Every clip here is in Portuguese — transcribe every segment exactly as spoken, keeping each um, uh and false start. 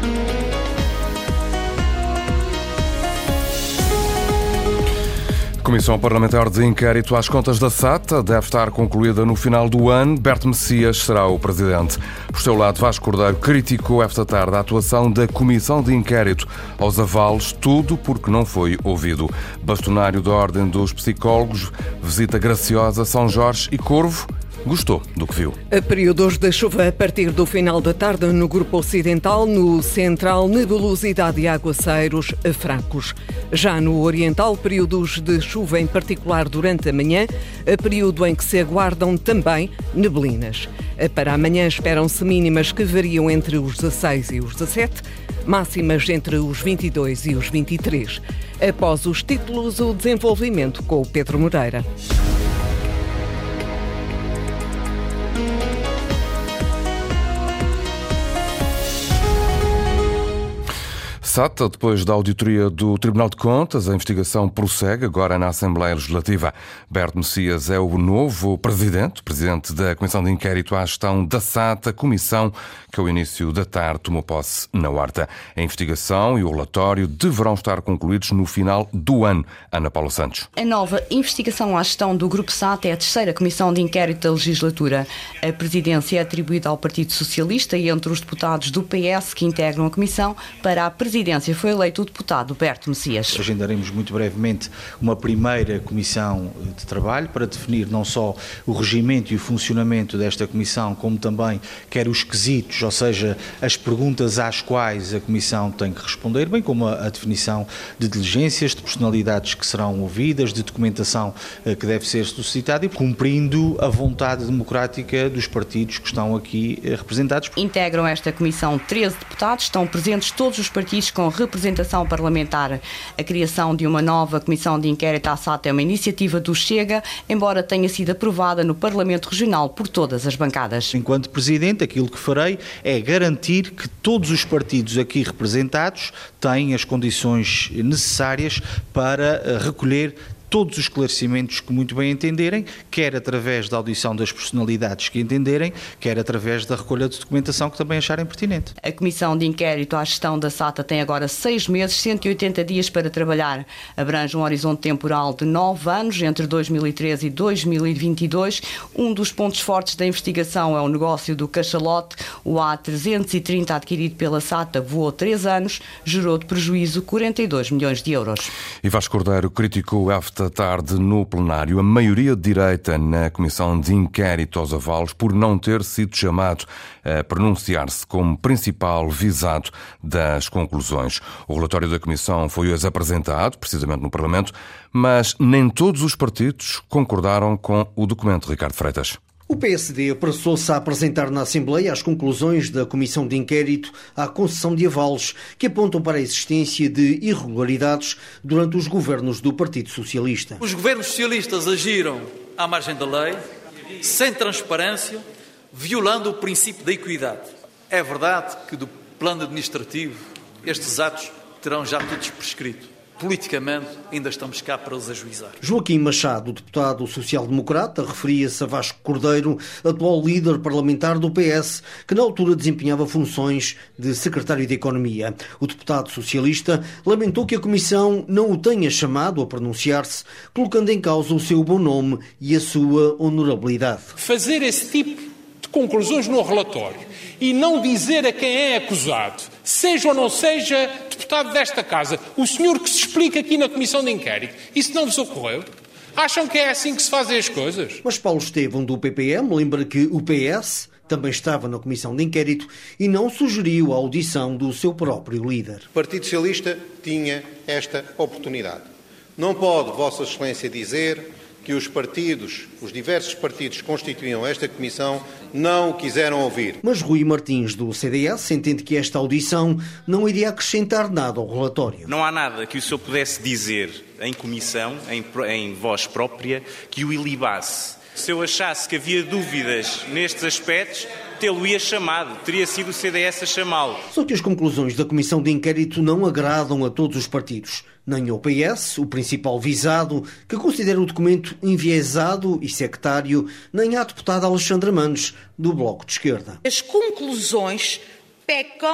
A Comissão Parlamentar de Inquérito às Contas da SATA deve estar concluída no final do ano. Berto Messias será o presidente. Por seu lado, Vasco Cordeiro criticou esta tarde a atuação da Comissão de Inquérito aos avalos, tudo porque não foi ouvido. Bastonário da Ordem dos Psicólogos visita Graciosa, São Jorge e Corvo. Gostou do que viu. A períodos de chuva a partir do final da tarde no Grupo Ocidental, no Central, nebulosidade e aguaceiros fracos. Já no Oriental, períodos de chuva, em particular durante a manhã, período em que se aguardam também neblinas. Para amanhã esperam-se mínimas que variam entre os dezasseis e os dezassete, máximas entre os vinte e dois e os vinte e três. Após os títulos, o desenvolvimento com o Pedro Moreira. SATA, depois da auditoria do Tribunal de Contas, a investigação prossegue agora na Assembleia Legislativa. Berto Messias é o novo presidente, presidente da Comissão de Inquérito à Gestão da SATA, comissão que ao início da tarde tomou posse na Horta. A investigação e o relatório deverão estar concluídos no final do ano. Ana Paula Santos. A nova investigação à gestão do Grupo SATA é a terceira Comissão de Inquérito da legislatura. A presidência é atribuída ao Partido Socialista e entre os deputados do P S que integram a comissão, para a presidência foi eleito o deputado Berto Messias. Agendaremos muito brevemente uma primeira comissão de trabalho para definir não só o regimento e o funcionamento desta comissão, como também quer os quesitos, ou seja, as perguntas às quais a comissão tem que responder, bem como a, a definição de diligências, de personalidades que serão ouvidas, de documentação eh, que deve ser suscitada e cumprindo a vontade democrática dos partidos que estão aqui eh, representados. Integram esta comissão treze deputados, estão presentes todos os partidos com representação parlamentar. A criação de uma nova Comissão de Inquérito à SATA é uma iniciativa do Chega, embora tenha sido aprovada no Parlamento Regional por todas as bancadas. Enquanto Presidente, aquilo que farei é garantir que todos os partidos aqui representados têm as condições necessárias para recolher todos os esclarecimentos que muito bem entenderem, quer através da audição das personalidades que entenderem, quer através da recolha de documentação que também acharem pertinente. A Comissão de Inquérito à Gestão da SATA tem agora seis meses, cento e oitenta dias para trabalhar. Abrange um horizonte temporal de nove anos, entre dois mil e treze e dois mil e vinte e dois. Um dos pontos fortes da investigação é o negócio do cachalote. O A trezentos e trinta adquirido pela SATA voou três anos, gerou de prejuízo quarenta e dois milhões de euros. E Vasco Cordeiro criticou esta tarde no plenário a maioria de direita na Comissão de Inquérito aos avalos por não ter sido chamado a pronunciar-se como principal visado das conclusões. O relatório da Comissão foi hoje apresentado, precisamente no Parlamento, mas nem todos os partidos concordaram com o documento. Ricardo Freitas. O P S D apressou-se a apresentar na Assembleia as conclusões da Comissão de Inquérito à concessão de avalos, que apontam para a existência de irregularidades durante os governos do Partido Socialista. Os governos socialistas agiram à margem da lei, sem transparência, violando o princípio da equidade. É verdade que do plano administrativo estes atos terão já todos prescrito. Politicamente, ainda estamos cá para os ajuizar. Joaquim Machado, deputado social-democrata, referia-se a Vasco Cordeiro, atual líder parlamentar do P S, que na altura desempenhava funções de secretário de Economia. O deputado socialista lamentou que a Comissão não o tenha chamado a pronunciar-se, colocando em causa o seu bom nome e a sua honorabilidade. Fazer esse tipo de conclusões no relatório e não dizer a quem é acusado, seja ou não seja deputado desta Casa, o senhor que se explica aqui na Comissão de Inquérito, isso não vos ocorreu? Acham que é assim que se fazem as coisas? Mas Paulo Estevão, do P P M, lembra que o P S também estava na Comissão de Inquérito e não sugeriu a audição do seu próprio líder. O Partido Socialista tinha esta oportunidade. Não pode Vossa Excelência dizer que os partidos, os diversos partidos que constituíam esta Comissão, não o quiseram ouvir. Mas Rui Martins, do C D S, entende que esta audição não iria acrescentar nada ao relatório. Não há nada que o senhor pudesse dizer em comissão, em, em voz própria, que o ilibasse. Se eu achasse que havia dúvidas nestes aspectos, tê-lo-ia chamado, teria sido o C D S a chamá-lo. Só que as conclusões da Comissão de Inquérito não agradam a todos os partidos. Nem ao P S, o principal visado, que considera o documento enviesado e sectário, nem à deputada Alexandra Mendes, do Bloco de Esquerda. As conclusões pecam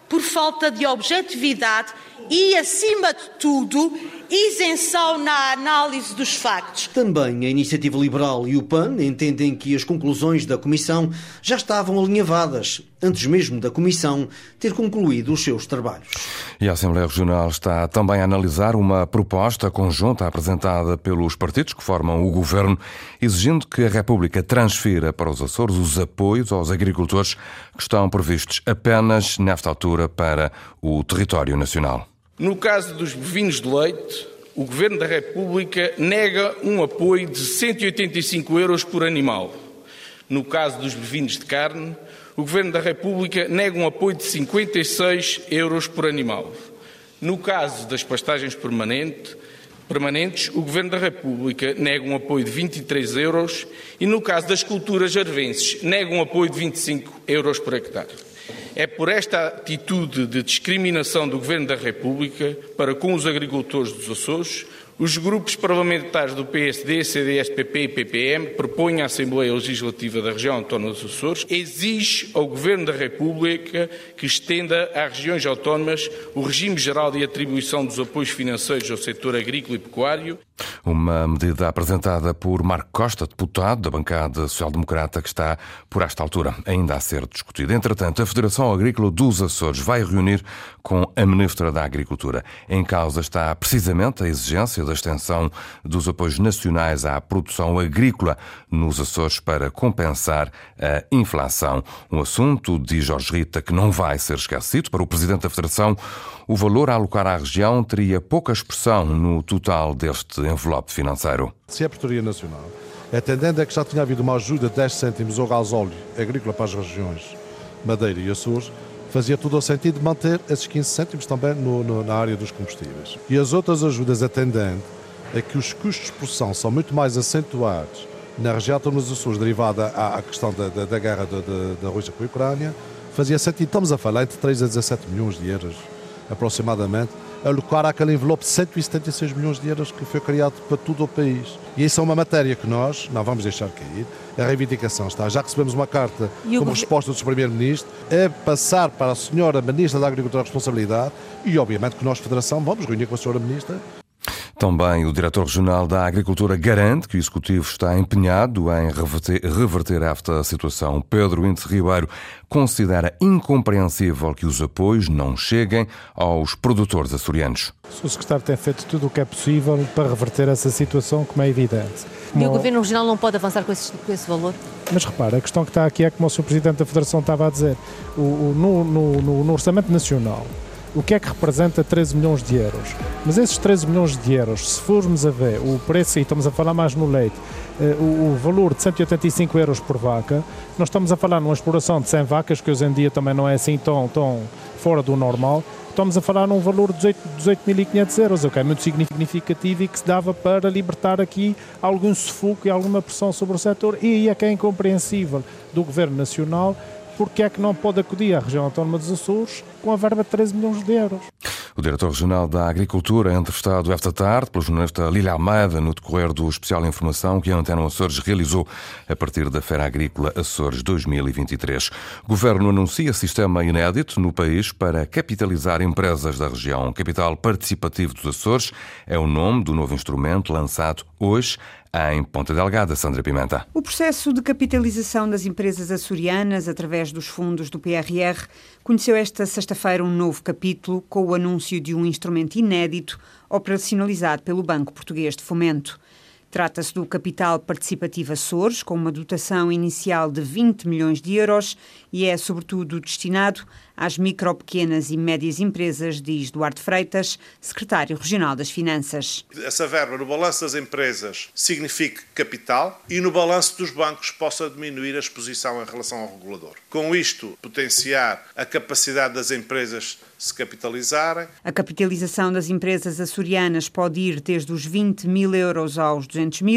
por falta de objetividade e, acima de tudo, isenção na análise dos factos. Também a Iniciativa Liberal e o P A N entendem que as conclusões da Comissão já estavam alinhavadas, antes mesmo da Comissão ter concluído os seus trabalhos. E a Assembleia Regional está também a analisar uma proposta conjunta apresentada pelos partidos que formam o Governo, exigindo que a República transfira para os Açores os apoios aos agricultores que estão previstos apenas nesta altura para o território nacional. No caso dos bovinos de leite, o Governo da República nega um apoio de cento e oitenta e cinco euros por animal. No caso dos bovinos de carne, o Governo da República nega um apoio de cinquenta e seis euros por animal. No caso das pastagens permanente, permanentes, o Governo da República nega um apoio de vinte e três euros e, no caso das culturas arvenses, nega um apoio de vinte e cinco euros por hectare. É por esta atitude de discriminação do Governo da República para com os agricultores dos Açores, os grupos parlamentares do P S D, C D S, P P e P P M propõem à Assembleia Legislativa da Região Autónoma dos Açores, exige ao Governo da República que estenda às regiões autónomas o regime geral de atribuição dos apoios financeiros ao setor agrícola e pecuário. Uma medida apresentada por Marco Costa, deputado da bancada social-democrata, que está, por esta altura, ainda a ser discutida. Entretanto, a Federação Agrícola dos Açores vai reunir com a Ministra da Agricultura. Em causa está precisamente a exigência da extensão dos apoios nacionais à produção agrícola nos Açores para compensar a inflação. Um assunto, diz Jorge Rita, que não vai ser esquecido. Para o Presidente da Federação, o valor a alocar à região teria pouca expressão no total deste envelope financeiro. Se é portaria nacional, atendendo a que já tinha havido uma ajuda de dez cêntimos ao gasóleo agrícola para as regiões Madeira e Açores, fazia todo o sentido manter esses quinze cêntimos também no, no, na área dos combustíveis. E as outras ajudas atendendo a que os custos de produção são muito mais acentuados na região autónoma dos Açores, derivada à, à questão da, da, da guerra da, da, da Rússia com a Ucrânia, fazia sentido. Estamos a falar entre três a dezassete milhões de euros, aproximadamente, a alocar aquele envelope de cento e setenta e seis milhões de euros que foi criado para todo o país. E isso é uma matéria que nós não vamos deixar cair. A reivindicação está. Já recebemos uma carta como governo... resposta do Primeiro-Ministro a passar para a senhora Ministra da Agricultura a responsabilidade e, obviamente, que nós, Federação, vamos reunir com a senhora Ministra. Também o Diretor Regional da Agricultura garante que o Executivo está empenhado em reverter, reverter esta situação. Pedro Índice Ribeiro considera incompreensível que os apoios não cheguem aos produtores açorianos. O Secretário tem feito tudo o que é possível para reverter essa situação, como é evidente. E o Governo Regional não pode avançar com esse, com esse valor? Mas repara, a questão que está aqui é como o senhor Presidente da Federação estava a dizer. O, o, no, no, no, no Orçamento Nacional, o que é que representa treze milhões de euros? Mas esses treze milhões de euros, se formos a ver o preço, e estamos a falar mais no leite, o, o valor de cento e oitenta e cinco euros por vaca, nós estamos a falar numa exploração de cem vacas, que hoje em dia também não é assim tão, tão fora do normal, estamos a falar num valor de dezoito mil e quinhentos euros, o que é muito significativo e que se dava para libertar aqui algum sufoco e alguma pressão sobre o setor. E aí é que é incompreensível do Governo Nacional porque é que não pode acudir à região autónoma dos Açores com a verba de treze milhões de euros. O Diretor Regional da Agricultura é entrevistado esta tarde pelo jornalista Lília Almeida no decorrer do especial Informação que a Antena Açores realizou a partir da Feira Agrícola Açores dois mil e vinte e três. O Governo anuncia sistema inédito no país para capitalizar empresas da região. Capital Participativo dos Açores é o nome do novo instrumento lançado hoje em Ponta Delgada. Sandra Pimenta. O processo de capitalização das empresas açorianas através dos fundos do P R R conheceu esta sexta-feira um novo capítulo com o anúncio de um instrumento inédito operacionalizado pelo Banco Português de Fomento. Trata-se do Capital Participativo Açores, com uma dotação inicial de vinte milhões de euros e é, sobretudo, destinado às micro, pequenas e médias empresas, diz Duarte Freitas, secretário regional das Finanças. Essa verba no balanço das empresas signifique capital e no balanço dos bancos possa diminuir a exposição em relação ao regulador. Com isto, potenciar a capacidade das empresas se capitalizarem. A capitalização das empresas açorianas pode ir desde os vinte mil euros aos duzentos mil,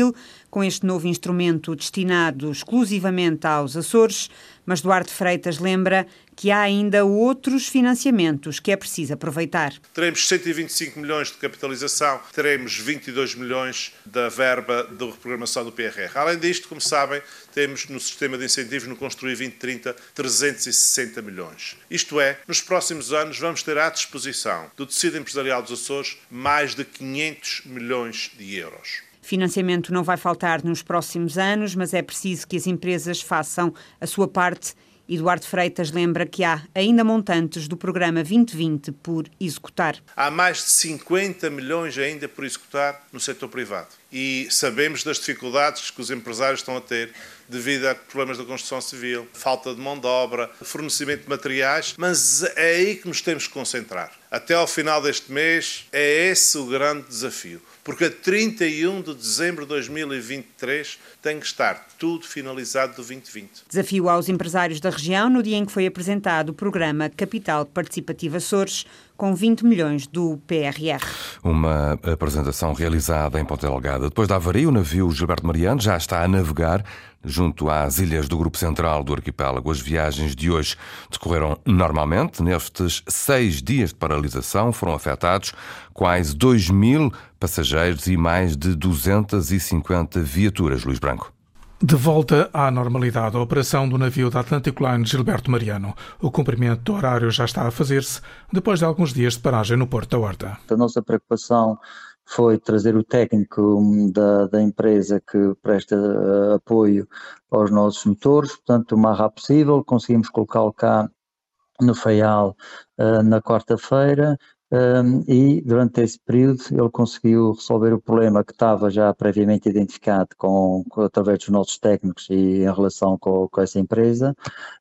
com este novo instrumento destinado exclusivamente aos Açores, mas Duarte Freitas lembra que há ainda outros financiamentos que é preciso aproveitar. Teremos cento e vinte e cinco milhões de capitalização, teremos vinte e dois milhões da verba da reprogramação do P R R. Além disto, como sabem, temos no sistema de incentivos no Construir vinte trinta trezentos e sessenta milhões. Isto é, nos próximos anos vamos ter à disposição do tecido empresarial dos Açores mais de quinhentos milhões de euros. Financiamento não vai faltar nos próximos anos, mas é preciso que as empresas façam a sua parte. Eduardo Freitas lembra que há ainda montantes do programa vinte vinte por executar. Há mais de cinquenta milhões ainda por executar no setor privado. E sabemos das dificuldades que os empresários estão a ter devido a problemas da construção civil, falta de mão de obra, fornecimento de materiais, mas é aí que nos temos que concentrar. Até ao final deste mês é esse o grande desafio. Porque a trinta e um de dezembro de dois mil e vinte e três tem que estar tudo finalizado do vinte vinte. Desafio aos empresários da região no dia em que foi apresentado o programa Capital Participativa Açores, com vinte milhões do P R R. Uma apresentação realizada em Ponta Delgada. Depois da avaria, o navio Gilberto Mariano já está a navegar junto às ilhas do Grupo Central do Arquipélago. As viagens de hoje decorreram normalmente. Nestes seis dias de paralisação foram afetados quase dois mil passageiros e mais de duzentas e cinquenta viaturas. Luís Branco. De volta à normalidade, a operação do navio da Atlantic Line Gilberto Mariano. O cumprimento do horário já está a fazer-se depois de alguns dias de paragem no Porto da Horta. A nossa preocupação foi trazer o técnico da, da empresa que presta uh, apoio aos nossos motores, portanto, o mais rápido possível. Conseguimos colocá-lo cá no Faial uh, na quarta-feira. Um, e durante esse período ele conseguiu resolver o problema que estava já previamente identificado com, com, através dos nossos técnicos e em relação com, com essa empresa,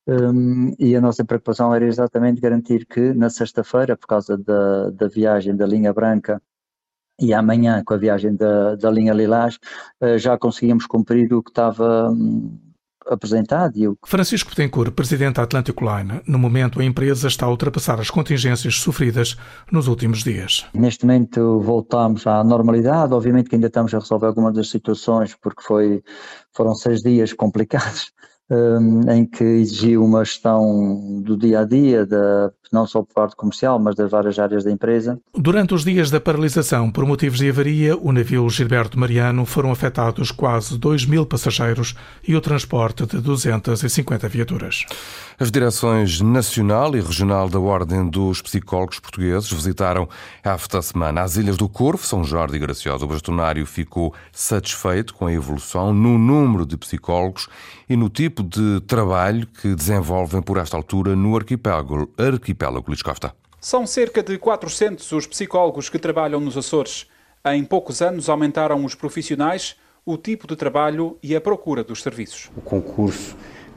um, e a nossa preocupação era exatamente garantir que na sexta-feira, por causa da, da viagem da linha branca e amanhã com a viagem da, da linha lilás, uh, já conseguíamos cumprir o que estava um, apresentado. E o... Francisco Betancourt, presidente da Atlantic Line. No momento, a empresa está a ultrapassar as contingências sofridas nos últimos dias. Neste momento voltamos à normalidade. Obviamente que ainda estamos a resolver algumas das situações, porque foi, foram seis dias complicados, um, em que exigiu uma gestão do dia a dia, da, não só por parte comercial, mas das várias áreas da empresa. Durante os dias da paralisação por motivos de avaria, o navio Gilberto Mariano foram afetados quase dois mil passageiros e o transporte de duzentas e cinquenta viaturas. As direções nacional e regional da Ordem dos Psicólogos Portugueses visitaram esta semana as Ilhas do Corvo, São Jorge e Graciosa. O bastonário ficou satisfeito com a evolução no número de psicólogos e no tipo de trabalho que desenvolvem por esta altura no arquipélago. arquipélago Luís Costa. São cerca de quatrocentos os psicólogos que trabalham nos Açores. Em poucos anos aumentaram os profissionais, o tipo de trabalho e a procura dos serviços. O concurso,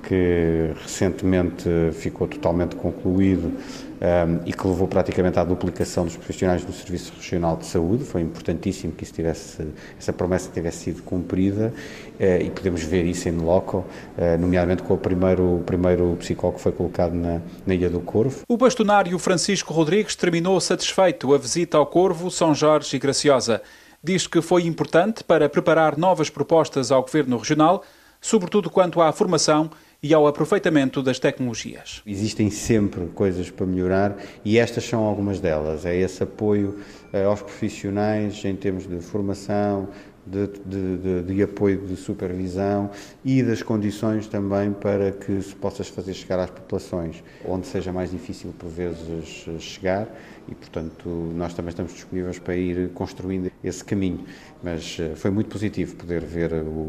que recentemente ficou totalmente concluído um, e que levou praticamente à duplicação dos profissionais do Serviço Regional de Saúde. Foi importantíssimo que isso tivesse, essa promessa tivesse sido cumprida uh, e podemos ver isso em loco, uh, nomeadamente com o primeiro, o primeiro psicólogo que foi colocado na, na Ilha do Corvo. O bastonário Francisco Rodrigues terminou satisfeito a visita ao Corvo, São Jorge e Graciosa. Diz que foi importante para preparar novas propostas ao Governo Regional, sobretudo quanto à formação e ao aproveitamento das tecnologias. Existem sempre coisas para melhorar e estas são algumas delas. É esse apoio uh, aos profissionais em termos de formação, de, de, de, de apoio de supervisão e das condições também para que se possa fazer chegar às populações, onde seja mais difícil por vezes chegar e, portanto, nós também estamos disponíveis para ir construindo esse caminho. Mas foi muito positivo poder ver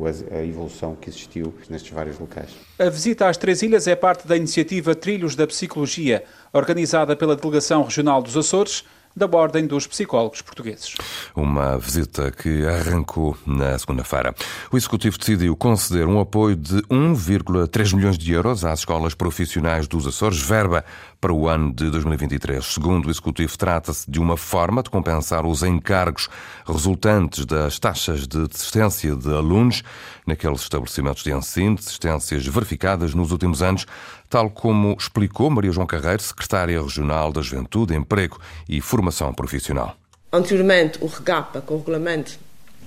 a evolução que existiu nestes vários locais. A visita às três ilhas é parte da iniciativa Trilhos da Psicologia, organizada pela Delegação Regional dos Açores, da Ordem dos Psicólogos Portugueses. Uma visita que arrancou na segunda-feira. O Executivo decidiu conceder um apoio de um vírgula três milhões de euros às escolas profissionais dos Açores, verba para o ano de dois mil e vinte e três. Segundo o Executivo, trata-se de uma forma de compensar os encargos resultantes das taxas de desistência de alunos naqueles estabelecimentos de ensino, desistências verificadas nos últimos anos, tal como explicou Maria João Carreiro, secretária regional da Juventude, Emprego e Formação Profissional. Anteriormente, o REGAPA, com o Regulamento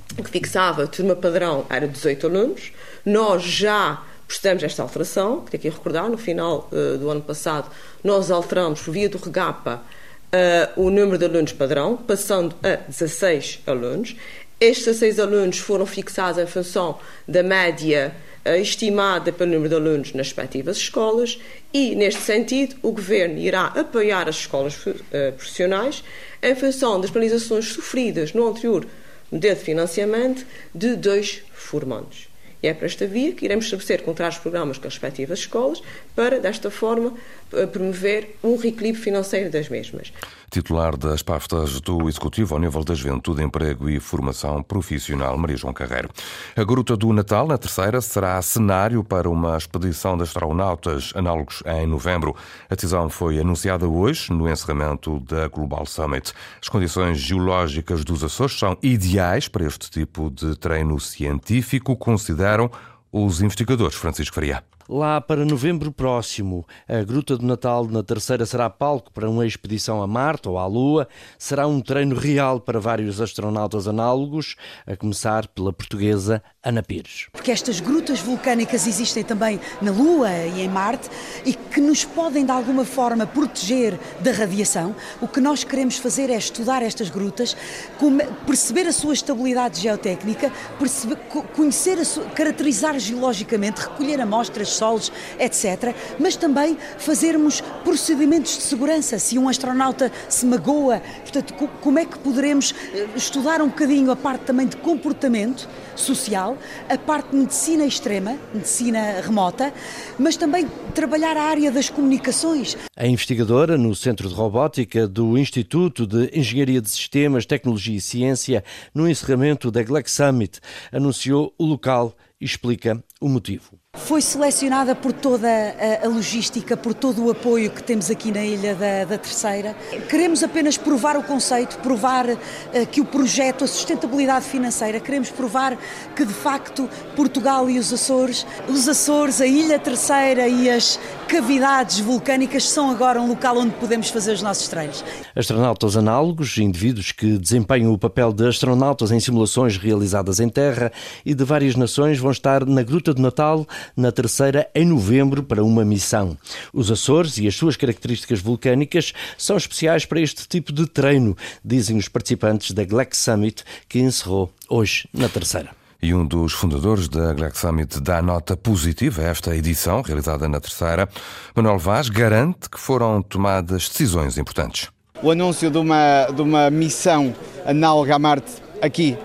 que fixava a turma padrão era dezoito alunos. Nós já prestamos esta alteração, que tenho que recordar, no final uh, do ano passado, nós alteramos, por via do REGAPA, uh, o número de alunos padrão, passando a dezasseis alunos. Estes dezasseis alunos foram fixados em função da média uh, estimada pelo número de alunos nas respectivas escolas e, neste sentido, o Governo irá apoiar as escolas uh, profissionais em função das penalizações sofridas no anterior modelo de financiamento de dois formandos. E é para esta via que iremos estabelecer contratos de programas com as respectivas escolas para, desta forma, promover um reequilíbrio financeiro das mesmas. Titular das pastas do Executivo ao nível da Juventude, Emprego e Formação Profissional, Maria João Carreiro. A Gruta do Natal, na Terceira, será cenário para uma expedição de astronautas análogos em novembro. A decisão foi anunciada hoje no encerramento da Global Summit. As condições geológicas dos Açores são ideais para este tipo de treino científico, consideram os investigadores. Francisco Faria. Lá para novembro próximo, a Gruta do Natal na Terceira será palco para uma expedição a Marte ou à Lua. Será um treino real para vários astronautas análogos, a começar pela portuguesa Ana Pires. Porque estas grutas vulcânicas existem também na Lua e em Marte e que nos podem de alguma forma proteger da radiação. O que nós queremos fazer é estudar estas grutas, perceber a sua estabilidade geotécnica, perceber, conhecer, a sua, caracterizar geologicamente, recolher amostras, solos, etcétera, mas também fazermos procedimentos de segurança, se um astronauta se magoa, portanto, como é que poderemos estudar um bocadinho a parte também de comportamento social, a parte de medicina extrema, medicina remota, mas também trabalhar a área das comunicações. A investigadora no Centro de Robótica do Instituto de Engenharia de Sistemas, Tecnologia e Ciência, no encerramento da Glax Summit, anunciou o local e explica o motivo. Foi selecionada por toda a logística, por todo o apoio que temos aqui na Ilha da, da Terceira. Queremos apenas provar o conceito, provar uh, que o projeto, a sustentabilidade financeira, queremos provar que de facto Portugal e os Açores, os Açores, a Ilha Terceira e as cavidades vulcânicas são agora um local onde podemos fazer os nossos treinos. Astronautas análogos, indivíduos que desempenham o papel de astronautas em simulações realizadas em terra e de várias nações, vão estar na Gruta do Natal, na Terceira, em novembro, para uma missão. Os Açores e as suas características vulcânicas são especiais para este tipo de treino, dizem os participantes da Glax Summit, que encerrou hoje na Terceira. E um dos fundadores da Glax Summit dá nota positiva a esta edição, realizada na Terceira. Manuel Vaz garante que foram tomadas decisões importantes. O anúncio de uma, de uma missão análoga à Marte aqui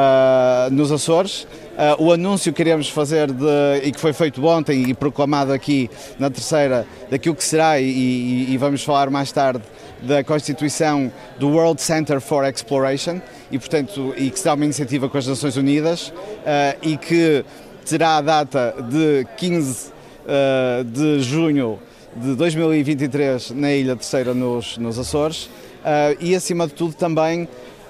uh, nos Açores. Uh, o anúncio que queremos fazer, de, e que foi feito ontem e proclamado aqui na Terceira, daquilo que será, e, e, e vamos falar mais tarde, da constituição do World Center for Exploration, e, portanto, e que será uma iniciativa com as Nações Unidas, uh, e que terá a data de quinze uh, de junho de dois mil e vinte e três na Ilha Terceira, nos, nos Açores, uh, e, acima de tudo, também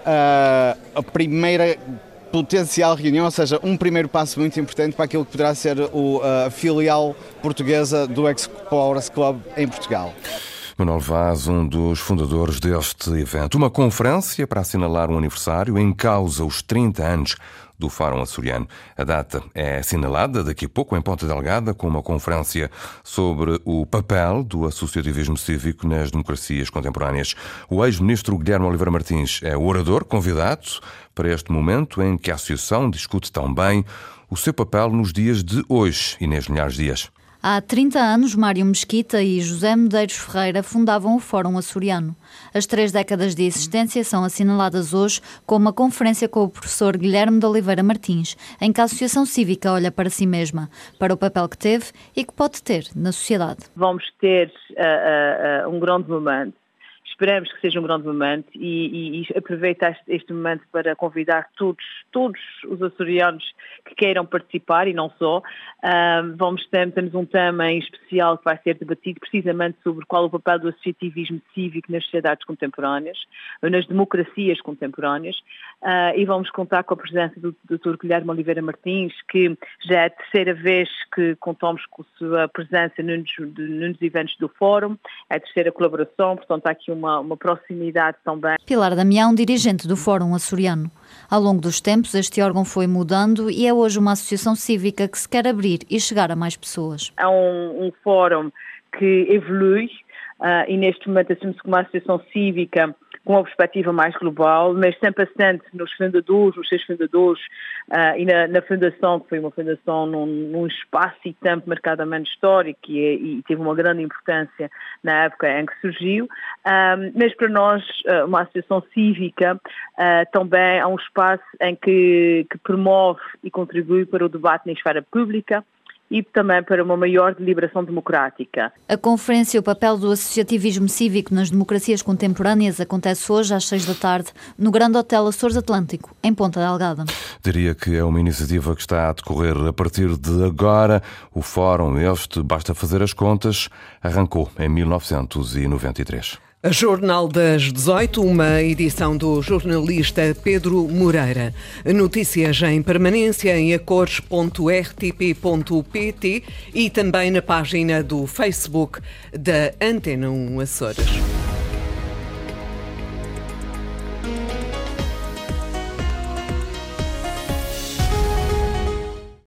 uh, a primeira potencial reunião, ou seja, um primeiro passo muito importante para aquilo que poderá ser o, a filial portuguesa do Explorers Club em Portugal. Manuel Vaz, um dos fundadores deste evento. Uma conferência para assinalar um aniversário em causa os trinta anos do Fórum Açoriano. A data é assinalada daqui a pouco em Ponta Delgada com uma conferência sobre o papel do associativismo cívico nas democracias contemporâneas. O ex-ministro Guilherme Oliveira Martins é o orador convidado para este momento em que a associação discute também o seu papel nos dias de hoje. Inês Linhares Dias. Há trinta anos, Mário Mesquita e José Medeiros Ferreira fundavam o Fórum Açoriano. As três décadas de existência são assinaladas hoje com uma conferência com o professor Guilherme de Oliveira Martins, em que a Associação Cívica olha para si mesma, para o papel que teve e que pode ter na sociedade. Vamos ter uh, uh, um grande momento. Esperamos que seja um grande momento e, e, e aproveitar este, este momento para convidar todos, todos os açorianos que queiram participar e não só. Um, vamos ter, temos um tema em especial que vai ser debatido precisamente sobre qual é o papel do associativismo cívico nas sociedades contemporâneas, nas democracias contemporâneas, uh, e vamos contar com a presença do doutor Guilherme Oliveira Martins, que já é a terceira vez que contamos com a sua presença nos, nos eventos do Fórum, é a terceira colaboração, portanto há aqui uma uma, uma proximidade também. Pilar Damião, dirigente do Fórum Açoriano. Ao longo dos tempos, este órgão foi mudando e é hoje uma associação cívica que se quer abrir e chegar a mais pessoas. É um, um fórum que evolui uh, e neste momento assume-se como uma associação cívica com uma perspectiva mais global, mas sempre assente nos fundadores, nos seus fundadores uh, e na, na fundação, que foi uma fundação num, num espaço e tempo marcadamente histórico e, e teve uma grande importância na época em que surgiu. Um, mas para nós, uh, uma associação cívica uh, também é um espaço em que, que promove e contribui para o debate na esfera pública e também para uma maior deliberação democrática. A conferência O papel do associativismo cívico nas democracias contemporâneas acontece hoje às seis da tarde no Grande Hotel Açores Atlântico, em Ponta Delgada. Diria que é uma iniciativa que está a decorrer a partir de agora. O fórum este, basta fazer as contas, arrancou em mil novecentos e noventa e três. Jornal das dezoito, uma edição do jornalista Pedro Moreira. Notícias em permanência em acores ponto r t p ponto p t e também na página do Facebook da Antena um Açores.